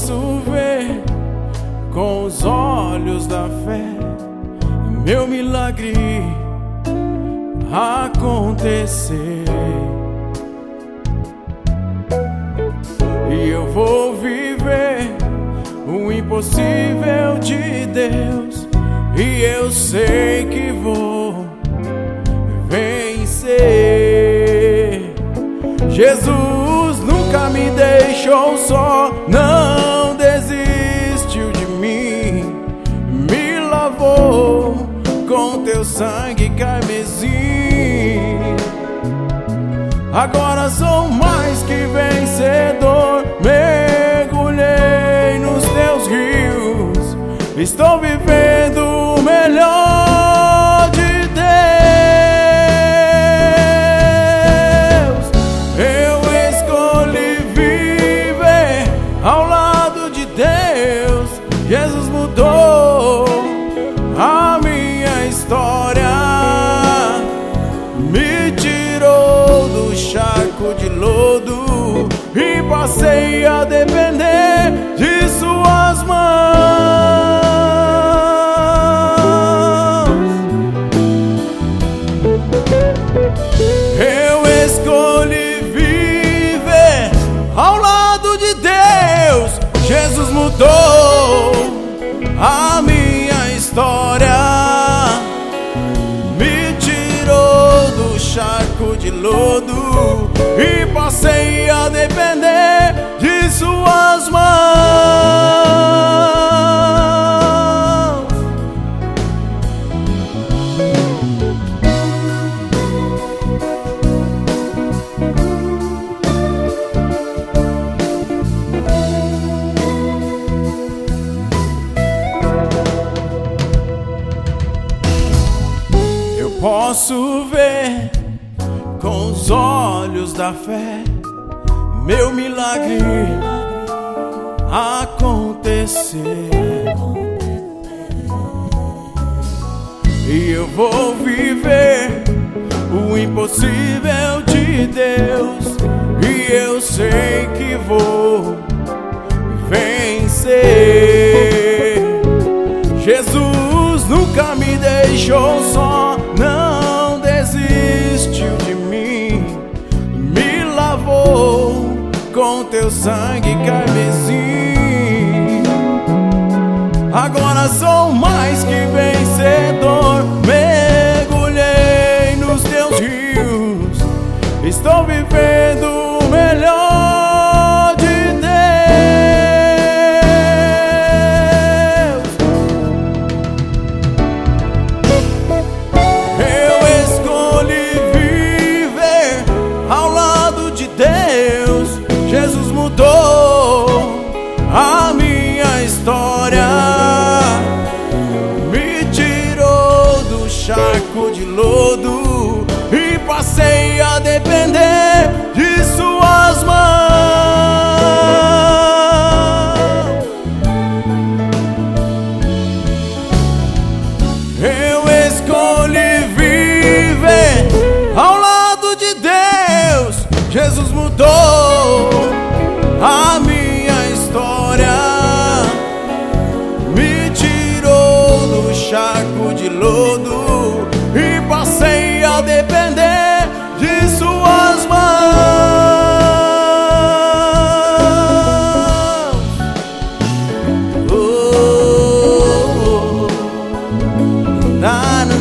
posso ver com os olhos da fé meu milagre acontecer, e eu vou viver o impossível de Deus, e eu sei que vou vencer. Jesus nunca me deixou só, não desistiu de mim, me lavou com teu sangue carmesim. Agora sou mais que vencedor, mergulhei nos teus rios, estou vivendo o melhor de Deus. Eu escolhi viver ao lado de Deus. Jesus mudou a minha história, me tirou do charco de lodo e passei a depender de suas mãos. Eu escolhi viver ao lado de Deus. Jesus mudou a minha história, me tirou do charco de lodo e passei a depender de suas mãos. Eu posso ver com os olhos da fé meu milagre acontecer, e eu vou viver o impossível de Deus, e eu sei que vou vencer. Jesus nunca me deixou só, não desistiu de mim, me lavou com teu sangue carmesim. Agora sou mais que vencedor, mergulhei nos teus rios, estou vivendo o melhor de Deus. Eu escolhi viver ao lado de Deus. Jesus mudou a minha história, me tirou do charco de lodo e passei a depender de suas mãos. Eu escolhi viver ao lado de Deus. Jesus mudou a minha história, me tirou do charco de lodo e passei a depender de suas mãos. Oh, oh, oh. Na, na,